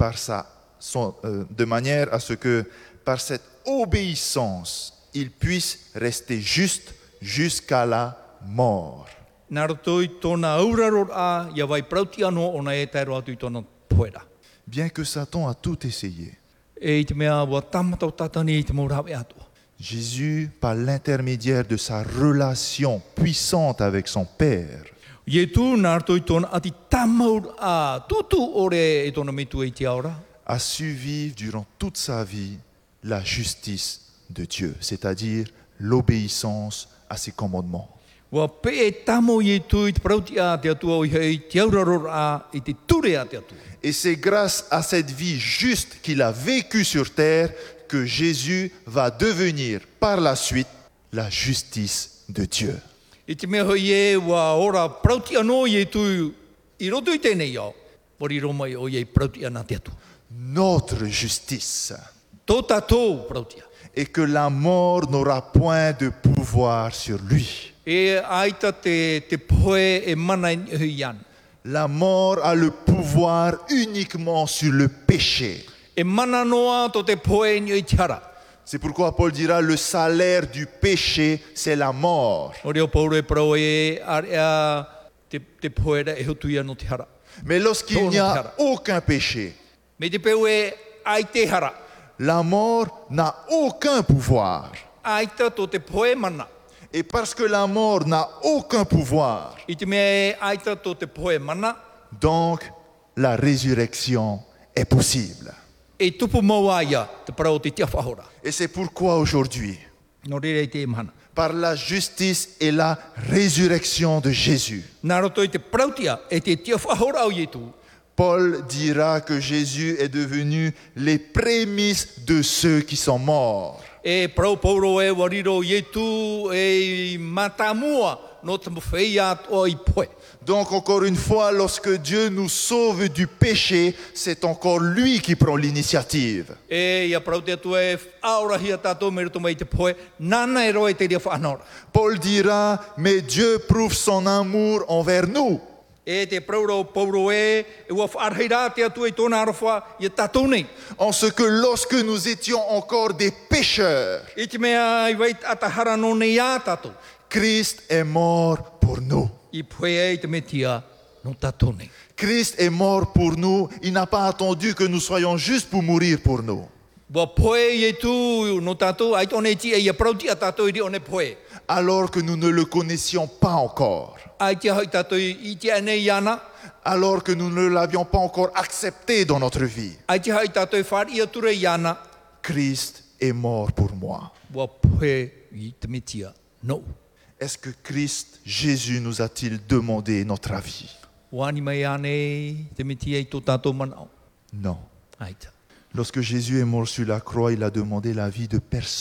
par cette obéissance, il puisse rester juste jusqu'à la mort. Nā roto i tōna auraro a ia vai prauti anō o na e tairo atu i tōna poera. Bien que Satan a tout essayé, E i te mea wa tamata o tātani i te maurawe atua. Jésus, par l'intermédiaire de sa relation puissante avec son Père, Ie tū nā roto i tōna ati tamaur a tutu ore e tōna mitu e te aura. a su vivre durant toute sa vie la justice de Dieu, c'est-à-dire l'obéissance à ses commandements. Wa pe e tamo i tū i te prauti a te atua o i hei te auraro a i te ture a te atua. Et c'est grâce à cette vie juste qu'il a vécue sur terre que Jésus va devenir par la suite la justice de Dieu. I te mea hoi e wa ora prauti anō i tū i roto i tēnei au. Pori romai o i prauti ana te atua. Notre justice. Tō tātou prauti a. Et que la mort n'aura point de pouvoir sur lui. E aita te poe e mana i hui ana. La mort a le pouvoir uniquement sur le péché. E mana noa to te poe ni i te hara. C'est pourquoi Paul dira le salaire du péché, c'est la mort. O reo pauro e parau e area te poera e hutu ia no te hara. Mais lorsqu'il n'y a aucun péché, Me te peu e ai te hara. la mort n'a aucun pouvoir. Aita to te poe mana. Et parce que la mort n'a aucun pouvoir, I te mea e aita to te poe mana. donc la résurrection est possible. E tupu maua ia te parau te tia whahora. Et c'est pourquoi aujourd'hui, No rere i te mana. par la justice et la résurrection de Jésus, Nā roto i te prautia e te tia whahora au ietu. Paul dira que Jésus est devenu les prémices de ceux qui sont morts. E parau pauro e wariro ietu e matamua no te mwhei ato i poe. Donc encore une fois, lorsque Dieu nous sauve du péché, c'est encore lui qui prend l'initiative. E ia parau te atu e aurahia tātou me ruto mai te poe. Nana e roe te ria whanora. Paul dira, mais Dieu prouve son amour envers nous. E te prauro pauro e ua whaarheira te atu e tōna arawha i tātou nei. En ce que lorsque nous étions encore des pécheurs, I te mea i wait atahara no nei a tātou. Christ est mort pour nous. I poe e i te metia no tātou nei. Christ est mort pour nous. Il n'a pas attendu que nous soyons justes pour mourir pour nous. Wa poe i tu no tātou ai tōne ti e ia prauti a tātou i ri one poe. Alors que nous ne le connaissions pas encore. Ai te hoi tātou i te anei ana. Alors que nous ne l'avions pas encore accepté dans notre vie. Ai te hoi tātou i whaari i ature i ana. Christ est mort pour moi. Wa poe i te metia no. Est-ce que Christ, Jésus, nous a-t-il demandé notre avis? Wani mai ane te metia i tō tātou manao. Non. Ai ta. Lorsque Jésus est mort sur la croix, il a demandé l'avis de personne.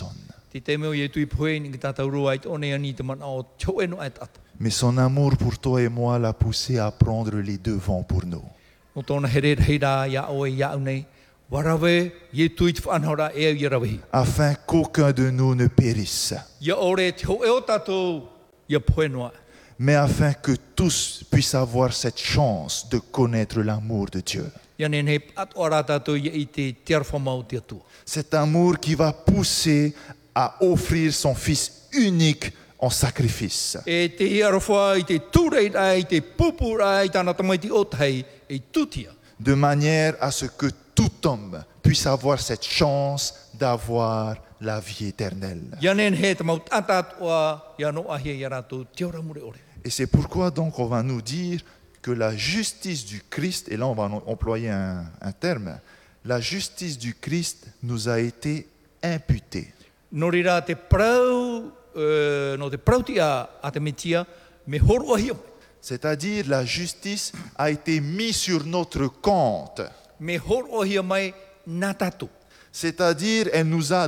Te te meo ye tui poe ni ki tātou roa i te one ani te mana o tau e no e tata. Mais son amour pour toi et moi l'a poussé à prendre les devants pour nous. No tōna here heira ia oe ia au nei. Warawe, ye tui te whanhora e au i rawehi. Afin qu'aucun de nous ne périsse, Ia ore te ho e o tātou, ia poe noa. mais afin que tous puissent avoir cette chance de connaître l'amour de Dieu. Ia nen he at ora tātou ia i te tiarwhamau te atua. Cet amour qui va pousser à offrir son Fils unique en sacrifice. E te hiarowha i te tūreira, i te pupura, i tāna tamaiti o tei, e tutia. De manière à ce que tout homme puisse avoir cette chance d'avoir la vie éternelle. Ia nen he te mau tātat oa, ia no ahia ia rātou, te ora mure ore. Et c'est pourquoi donc on va nous dire que la justice du Christ, et là on va employer un terme, la justice du Christ nous a été imputée. No rira te prau, no te prauti a te metia, me horo ahia mai. C'est-à-dire la justice a été mise sur notre compte. Me horo ahia mai nā tātou. C'est-à-dire elle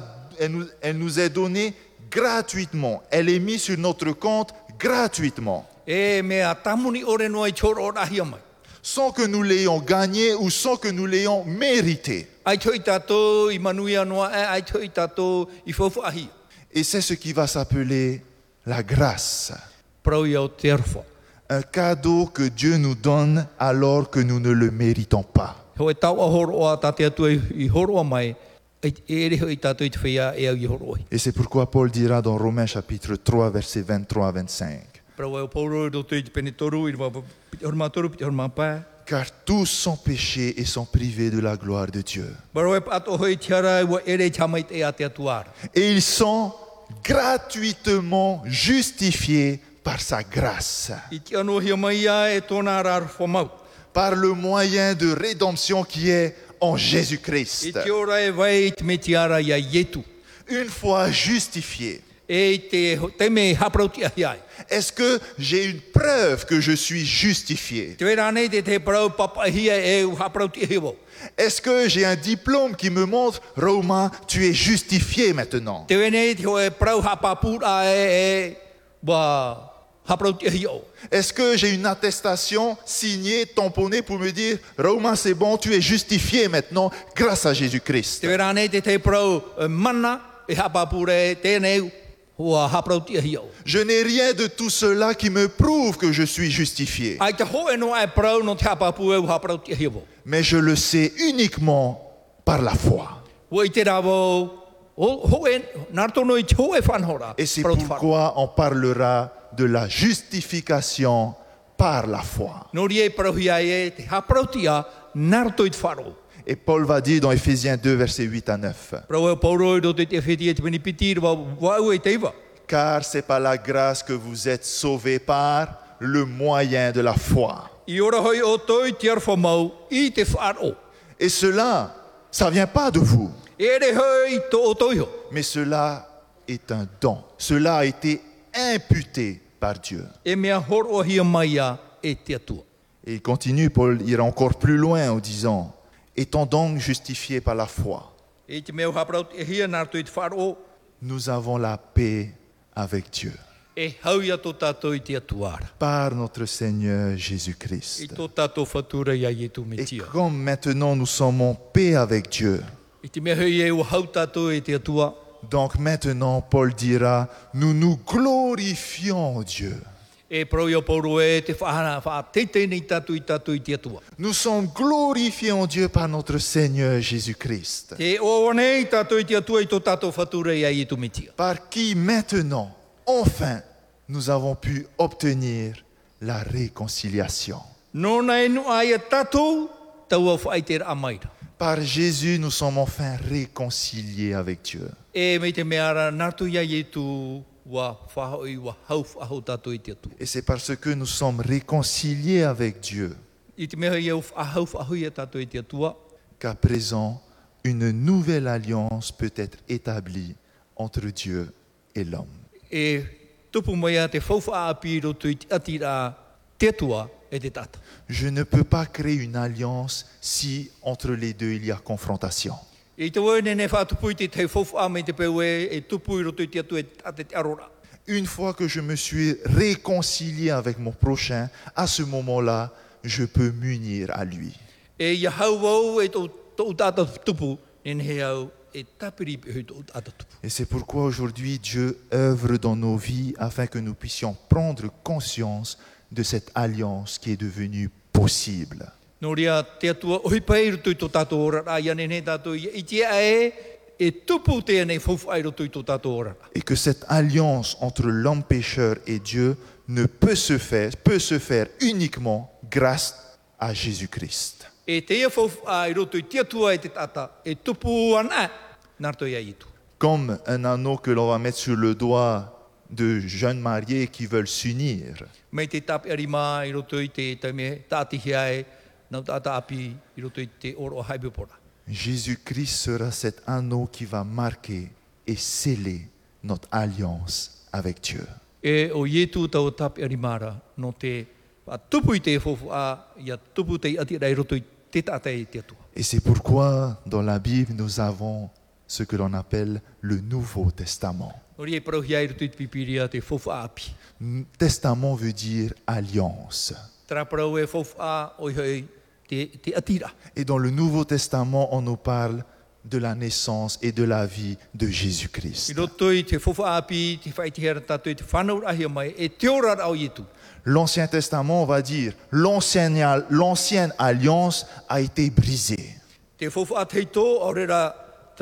nous est donnée gratuitement. Elle est mise sur notre compte gratuitement. E mea tamuni ore noa i tōro ora ahia mai. Sans que nous l'ayons gagné ou sans que nous l'ayons mérité. Ai toi i tātou, i manuia noa, ai toi i tātou, i whauwha ahia. Et c'est ce qui va s'appeler la grâce. Prau i au te arwha. Un cadeau que Dieu nous donne alors que nous ne le méritons pas. Hoi tau a horo a tāte atua i horo a mai, e ere hoi tātou i te whea e au i horo ai. Et c'est pourquoi Paul dira dans Romains chapitre 3, versets 23 à 25. Prau e o pauro i roto i te pene toru, i rwa piti horma toru, piti horma pā. Car tous sont péchés et sont privés de la gloire de Dieu. Prau e pato hoi tiara i wa ere chamait e a te atuara. Et ils sont gratuitement justifiés par sa grâce, I te anō hia mai a e tōna rar whamau. par le moyen de rédemption qui est en I Jésus-Christ. te ora e vai te me tiara i a ietu. Une fois justifié, E te me haprauti ahi ai. est-ce que j'ai une preuve que je suis justifié? Te wera nei te prau papa hia e u haprauti ahi wau. Est-ce que j'ai un diplôme qui me montre, Romain, tu es justifié maintenant? Te wene te hoe prau hapapura e wa haprauti ahi au. Est-ce que j'ai une attestation signée, tamponnée pour me dire, Romain, c'est bon, tu es justifié maintenant grâce à Jésus-Christ? Te wera nei te prau mana e hapapura e tēnei hua haprauti ahi au. Je n'ai rien de tout cela qui me prouve que je suis justifié. Ai te hoe no e prau no te hapapura u haprauti ahi au. Mais je le sais uniquement par la foi. Ua i te rawo, hoe, nartono i te hoe whanhora. Et c'est prau te whanhora. pourquoi on parlera de la justification par la foi. Nori e parauhia e te haprautia narto i te wharo. Et Paul va dire dans Éphésiens 2, versets 8 à 9. Prau e pauro i roto te whiti e te penipiti wa au e te iwa. Car c'est par la grâce que vous êtes sauvés par le moyen de la foi. I ora hoi o toi te arwhamau i te wharo. Et cela, ça vient pas de vous, E re hoi to o toiho. mais cela est un don. Cela a été imputé par Dieu. E mea horo hia mai a e te atua. Et il continue, Paul ira encore plus loin en disant, étant donc justifiés par la foi, E te mea haprauti e hia narto i te wharo. nous avons la paix avec Dieu, E hau ia tō tātou i te atuara. par notre Seigneur I Jésus-Christ. tō tātou whatura ia i tu me Et tia. comme maintenant nous sommes en paix avec Dieu, I te mea hoi e ua hau tātou i te atua. donc maintenant Paul dira, nous nous glorifions en Dieu. E prau ia pauro e te whahana, whateitei nei tātou i te atua. Nous sommes glorifiés en Dieu par notre Seigneur Jésus-Christ, Te o nei tātou i te atua i tō tātou whatura ia i tu me tia. par qui maintenant, enfin, nous avons pu obtenir la réconciliation. Nōna e nu ai a tātou, taua whaitera a maira. Par Jésus, nous sommes enfin réconciliés avec Dieu. E mei te meara nārtu ia i tu wa whahoi wa hau tātou i te atua. Et c'est parce que nous sommes réconciliés avec Dieu I te mea ia whahau ia tātou i te atua. qu'à présent, une nouvelle alliance peut être établie entre Dieu et l'homme. E tupu mai a te whauwha api roto i te atira te atua e te tata. Je ne peux pas créer une alliance si entre les deux il y a confrontation. E te woi nene whaatupui te te whawha me te pewe e tupu i roto i te atu e ate te arora. Une fois que je me suis réconcilié avec mon prochain, à ce moment-là, je peux m'unir à lui. E ia hau wau e tō tata tupu, nene he au e tapiri pe hui tō tata tupu. Et c'est pourquoi aujourd'hui Dieu œuvre dans nos vies afin que nous puissions prendre conscience de cette alliance qui est devenue possible. Nō ria te atua ohi pai roto i tō tato ora, a ia nene tato i te ae, e tupu te nei whawha i roto i tō tato ora. Et que cette alliance entre l'homme pécheur et Dieu ne peut se faire uniquement grâce à Jésus-Christ. E te ia whawha i roto i te atua e te tata, e tupu ana, narto ia i tu. Comme un anneau que l'on va mettre sur le doigt de jeunes mariés qui veulent s'unir. Mei te tapi arima i roto i te taime tāti hiae, nau tata api i roto i te oro o haibupora. Jésus-Christ sera cet anneau qui va marquer et sceller notre alliance avec Dieu. E o ietu tau tapi arimara, no te tupu i te whawha, ia tupu te atira i roto i te tata i te atua. Et c'est pourquoi dans la Bible nous avons ce que l'on appelle le Nouveau Testament. Nori e parauhia i roto i te pipiria te whawha api. Testament veut dire alliance. Tara parau e whawha oi hoi te atira. Et dans le Nouveau Testament, on nous parle de la naissance et de la vie de I Jésus-Christ. roto i te whawha api, te whai te hera tātou i te whanau rahia mai, e te ora au ietu. L'Ancien Testament, on va dire, l'ancienne alliance a été brisée. Te whawha teito, aurera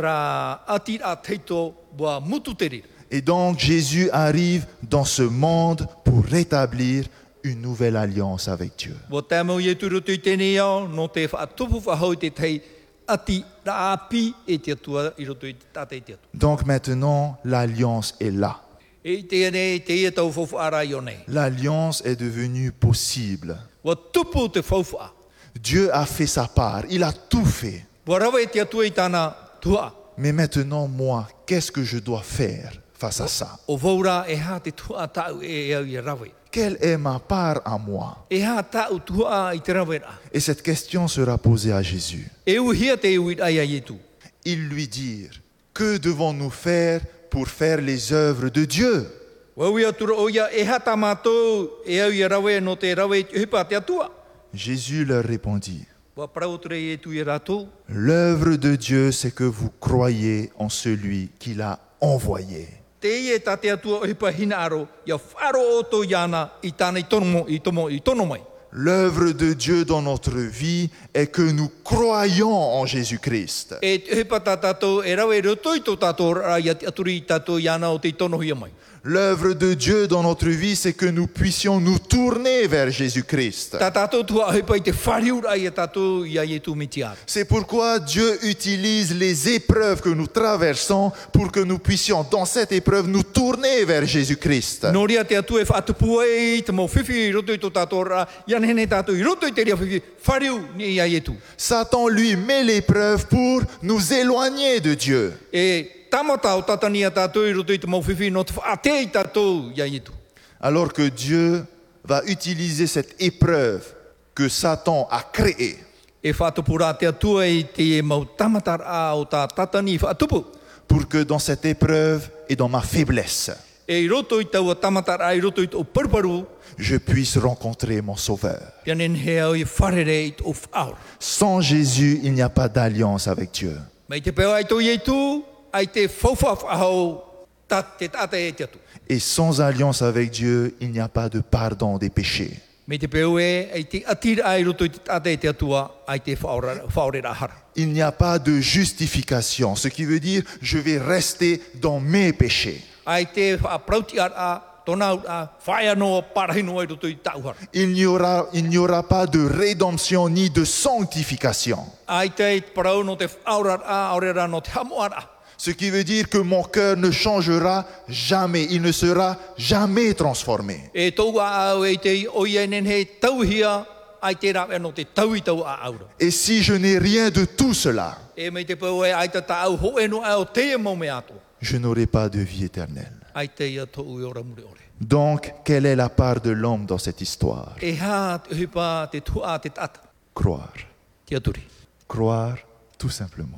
tra atira teito, bua mutu te rira. Et donc Jésus arrive dans ce monde pour rétablir une nouvelle alliance avec Dieu. Bua tāmau ietu roto i tēnei au, no te whaatupu whahau te tei ati ra api e te atua i roto i te tata i te atua. Donc maintenant, l'alliance est là. E tēnei te ia tau whawha ara i o nei. L'alliance est devenue possible. Bua tupu te whawha. Dieu a fait sa part, il a tout fait. Bua rawa e te atua i tāna tua. Mais maintenant, moi, qu'est-ce que je dois faire face à ça? O vaura e ha te tua tau e au i rawa. Quelle est ma part à moi? E ha tau tua i te rawa ra. Et cette question sera posée à Jésus. E uhia te uit aia ietu. Ils lui dirent, que devons-nous faire pour faire les œuvres de Dieu? Waui atura oia e ha tamatou e au i rawa no te rawa i hipa te atua. Jésus leur répondit, Wa prautre e tu i ratou. l'œuvre de Dieu, c'est que vous croyez en celui qui l'a envoyé. Te ie ta te atua o hipa hina aro, ia wharo o tō iana i tāna i tono mai. L'œuvre de Dieu dans notre vie est que nous croyons en Jésus-Christ. E hipa tā tātou e rawe roto i tō tātou ra ia te aturi i tātou iana o te tono hia mai. L'œuvre de Dieu dans notre vie, c'est que nous puissions nous tourner vers Jésus-Christ. Tā tātou tua hipa i te whariu ra ia tātou ia ietu miti ara. C'est pourquoi Dieu utilise les épreuves que nous traversons pour que nous puissions, dans cette épreuve, nous tourner vers Jésus-Christ. No ria te atu e whaatupu e te mau whiwhi i roto i tō tātou ra, ia nene tātou i roto i te ria whiwhi, whariu ni ia ietu. Satan, lui, met l'épreuve pour nous éloigner de Dieu. E tamata o tatania tātou i roto i te mau whiwhi, no te whaate i tātou ia ietu. Alors que Dieu va utiliser cette épreuve que Satan a créée E whaatupu rā te atua i te mau tamata a o tā tatani whaatupu. pour que dans cette épreuve et dans ma faiblesse, E i roto i taua tamata a i roto i tō paruparu, je puisse rencontrer mon Sauveur. pia nen he au i wharere i tō whaur. Sans Jésus, il n'y a pas d'alliance avec Dieu. Mei te peo ai tō ieitu, ai te whauwha whahau, te tata e te atu. Et sans alliance avec Dieu, il n'y a pas de pardon des péchés. Mei te peo e, ai te atira ai roto i te tata e te atua, ai te whaore hara. Il n'y a pas de justification, ce qui veut dire je vais rester dans mes péchés. Ai te whaprauti a tona a whaia no parahino ai roto i tauhara. Il n'y aura pas de rédemption ni de sanctification. Ai te parau no te whaora a aurera no te hamoara. Ce qui veut dire que mon cœur ne changera jamais, il ne sera jamais transformé. E tau a au e te oia nen he tauhia, ai te rawe no te tau i tau a aura. Et si je n'ai rien de tout cela, E mei te pau e ai ta tau ho e no au te mo me ato. je n'aurai pas de vie éternelle. Ai te ia tau i ora mure ore. Donc, quelle est la part de l'homme dans cette histoire? E ha te hipa te tua te tata. Croire. Te aturi. Croire, tout simplement.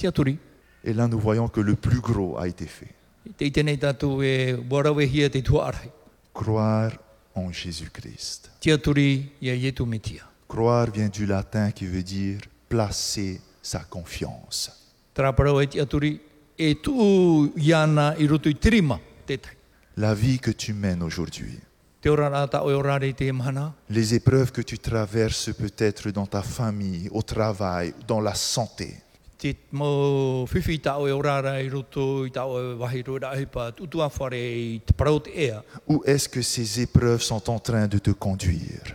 tia turi. Et là, nous voyons que le plus gros a été fait. Te ite nei tātou e warawe hia te tua arai. Croire en Jésus-Christ. Tia turi ia Ietu me tia. Croire vient du latin qui veut dire placer sa confiance. Tara parau e tia turi e tu iana I roto I tirima tetai. La vie que tu mènes aujourd'hui, Te ora rata o orare te mahana. les épreuves que tu traverses peut-être dans ta famille, au travail, dans la santé, Te mo whiwhi ta o orara I roto I ta o wahiro ra hipa tutua whare I te parau te ea. où est-ce que ces épreuves sont en train de te conduire?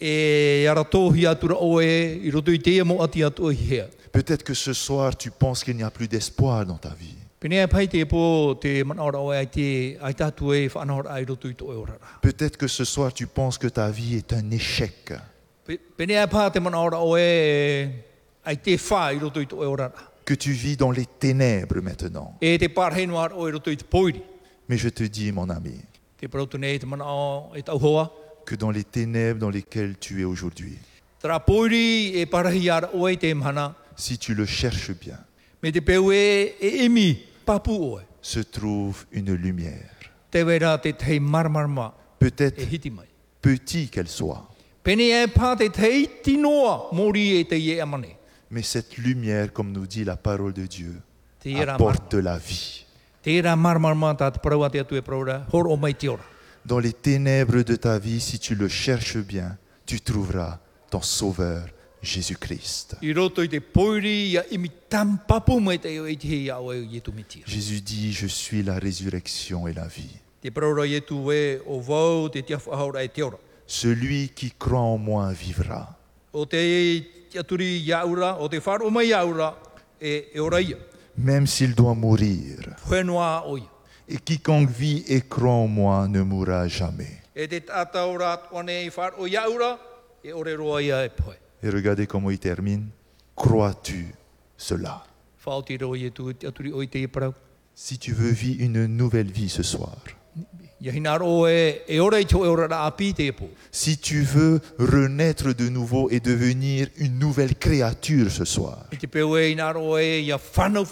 E ara tōhi atura oe I roto I te mo ati atu I hea. Peut-être que ce soir, tu penses qu'il n'y a plus d'espoir dans ta vie. Pene pai te po te manaora oe ai te ai tatu e whanahora ai roto I to e orara. Peut-être que ce soir, tu penses que ta vie est un échec. Pene pa te manaora oe ai te wha I roto I to e orara. Que tu vis dans les ténèbres maintenant. E te parhenoar oe roto I te poiri. Mais je te dis, mon ami, Te parautu nei te manao e tau hoa. que dans les ténèbres dans lesquelles tu es aujourd'hui, Tara poiri e parahiara oe te mhana. si tu le cherches bien, Me te peu e imi papu oe. se trouve une lumière. Te wera te tei marmarma e Peut-être hiti mai. petit qu'elle soit, Pene e pā te tei tinoa mori e te ie amane. mais cette lumière, comme nous dit la parole de Dieu, Te ira apporte de la vie. Te ira marmarma tā te parau ate atu e praura. Hor o mai te ora. Dans les ténèbres de ta vie, si tu le cherches bien, tu trouveras ton Sauveur, Jésus-Christ. I roto I te poiri ia imi tampapu mai te o e te hei au e Ietu me tia. Jésus dit, je suis la résurrection et la vie. Te praura Ietu e o vau te tia whahaura e te ora. Celui qui croit en moi vivra. O te aturi iaura, o te wharo mai iaura e ora ia. Même s'il doit mourir. Whenua o ia. Et quiconque vit et croit en moi ne mourra jamais. E te tata ora atuane I wharo iaura e ore roa ia e poe. Et regardez comment il termine. Crois-tu cela? Whaoti roa Ietu te aturi o I te I parau. Si tu veux vivre une nouvelle vie ce soir, Ia hinaro e ora I to e ora ra api te po. si tu veux renaître de nouveau et devenir une nouvelle créature ce soir, I te peu e hinaro e ia whanau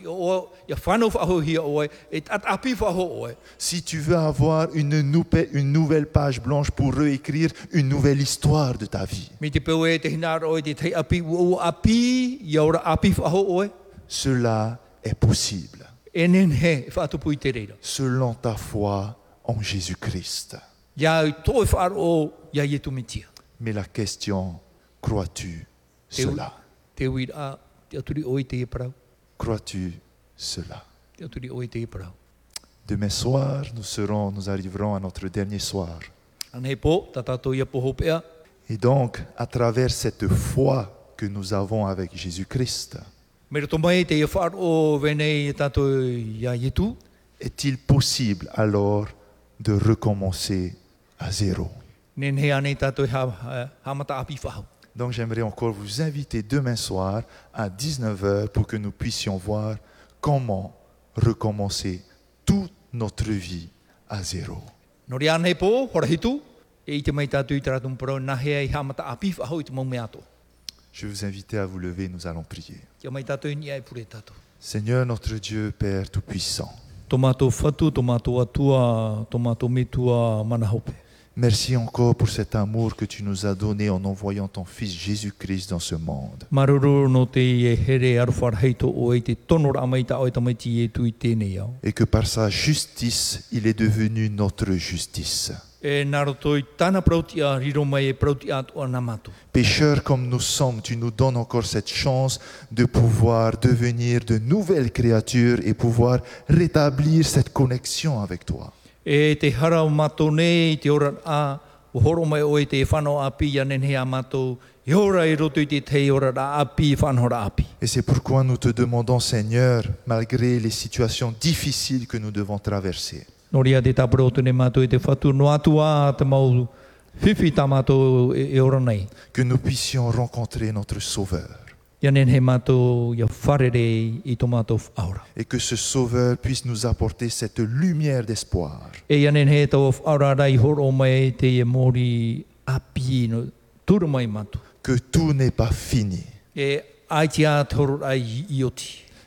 whaho hia oe e tat api whaho oe. si tu veux avoir une nouvelle page blanche pour réécrire une nouvelle histoire de ta vie, Me te peu e te hinaro e te tei api ua api ia ora api whaho oe. cela est possible E nen he whaatupu I te reira. selon ta foi en Jésus-Christ. Ia I toi wharo ia Ietu me tia. Mais la question, crois-tu cela? Te wira te aturi o I te parau. Crois-tu cela? Te aturi o I te parau. Demain soir, nous arriverons à notre dernier soir. Anei po, ta tātou ia poho pea. Et donc, à travers cette foi que nous avons avec Jésus-Christ, Me rato mai te ia wharo venei tātou ia Ietu. est-il possible alors de recommencer à zéro? Nen he anei tātou hamata api whahau. Donc j'aimerais encore vous inviter demain soir à 19h pour que nous puissions voir comment recommencer toute notre vie à zéro. Nori anei po, hora hitu. E I te mai tātou I tātou mparo na hea I hamata api whahau I te mau mea ato. Je vais vous inviter à vous lever, nous allons prier. Kia mai tātou ni ai pure tātou. Seigneur notre Dieu, Père Tout-Puissant, Tomato whatu, tomato atua, tomato metua mana hope. merci encore pour cet amour que tu nous as donné en envoyant ton Fils Jésus-Christ dans ce monde. Maruru no te I e here arwhar heito o I te tonora amaita o I tamaiti e tu I tēnei au. Et que par sa justice, il est devenu notre justice. E naro toi tāna prautia, riro mai e prautia atu anamatu. Pécheurs comme nous sommes, tu nous donnes encore cette chance de pouvoir devenir de nouvelles créatures et pouvoir rétablir cette connexion avec toi. E te harau mato nei, te ora a, o horo mai o te whanau api, ia nen hea mato, I ora I roto I te ora ra api, whanhora api. Et c'est pourquoi nous te demandons, Seigneur, malgré les situations difficiles que nous devons traverser, Noria te taproto ne mato I te whatu, no atua te mau whiwhi ta mato e ora nei. que nous puissions rencontrer notre Sauveur. Ia nen he mato, ia wharere I to mato aura. Et que ce Sauveur puisse nous apporter cette lumière d'espoir. E ia nen he tau aura rai horo mai te e mori api no turu mai mato. Que tout n'est pas fini. E aitia toro ai ioti.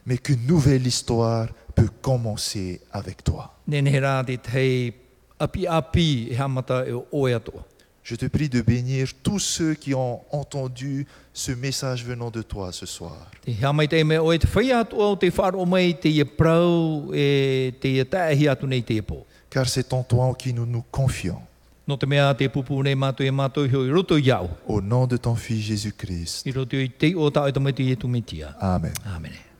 mais qu'une nouvelle histoire peut commencer avec toi. Nene rā te tei api e hamata e oe atoa. Je te prie de bénir tous ceux qui ont entendu ce message venant de toi ce soir. Te hamai te me oe te whai atoa o te wharo mai te ia prau e te ia taehi atu nei te po. Car c'est en toi qui nous nous confions. No te mea te pupu nei mātou e mātou hoi roto iau. Au nom de ton Fils Jésus-Christ. I roto i te o tau e tamai te i e tumitia. Amen. Amen.